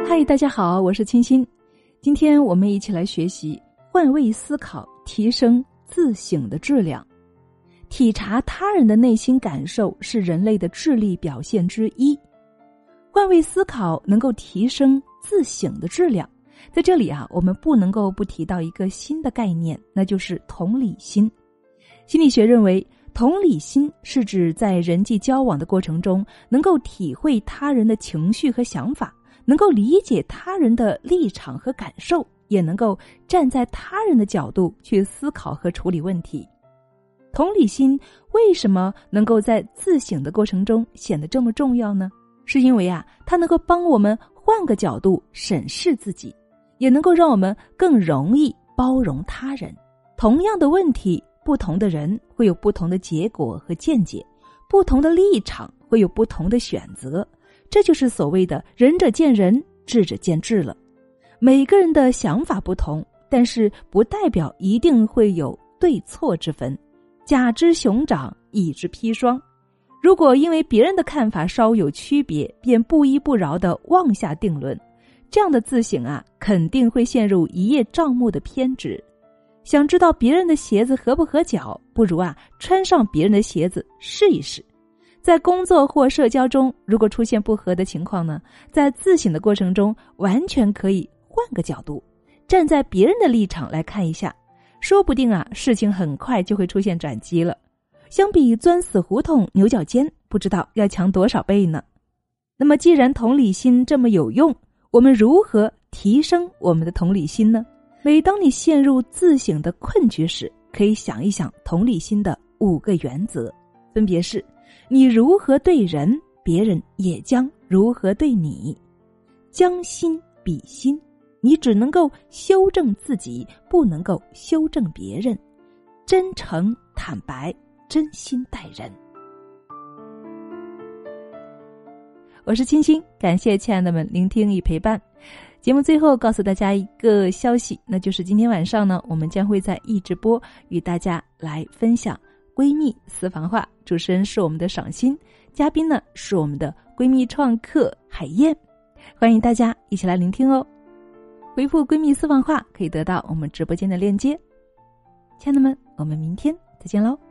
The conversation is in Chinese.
嗨，大家好，我是清新。今天我们一起来学习换位思考，提升自省的质量。体察他人的内心感受是人类的智力表现之一。换位思考能够提升自省的质量。在这里我们不能够不提到一个新的概念，那就是同理心。心理学认为，同理心是指在人际交往的过程中，能够体会他人的情绪和想法，能够理解他人的立场和感受，也能够站在他人的角度去思考和处理问题。同理心为什么能够在自省的过程中显得这么重要呢？是因为它能够帮我们换个角度审视自己，也能够让我们更容易包容他人。同样的问题，不同的人会有不同的结果和见解，不同的立场会有不同的选择，这就是所谓的仁者见仁，智者见智了。每个人的想法不同，但是不代表一定会有对错之分。甲之熊掌，乙之砒霜。如果因为别人的看法稍有区别，便不依不饶地妄下定论，这样的自省肯定会陷入一叶障目的偏执。想知道别人的鞋子合不合脚，不如穿上别人的鞋子试一试。在工作或社交中，如果出现不合的情况呢，在自省的过程中，完全可以换个角度，站在别人的立场来看一下，说不定事情很快就会出现转机了。相比钻死胡同牛角尖，不知道要强多少倍呢。那么既然同理心这么有用，我们如何提升我们的同理心呢？每当你陷入自省的困局时，可以想一想同理心的5个原则，分别是：你如何对人，别人也将如何对你。将心比心，你只能够修正自己，不能够修正别人。真诚坦白，真心待人。我是清新，感谢亲爱的们聆听与陪伴。节目最后告诉大家一个消息，那就是今天晚上呢，我们将会在易直播与大家来分享闺蜜私房话，主持人是我们的赏心，嘉宾呢是我们的闺蜜创客海燕，欢迎大家一起来聆听哦。回复闺蜜私房话可以得到我们直播间的链接。亲爱的们，我们明天再见喽。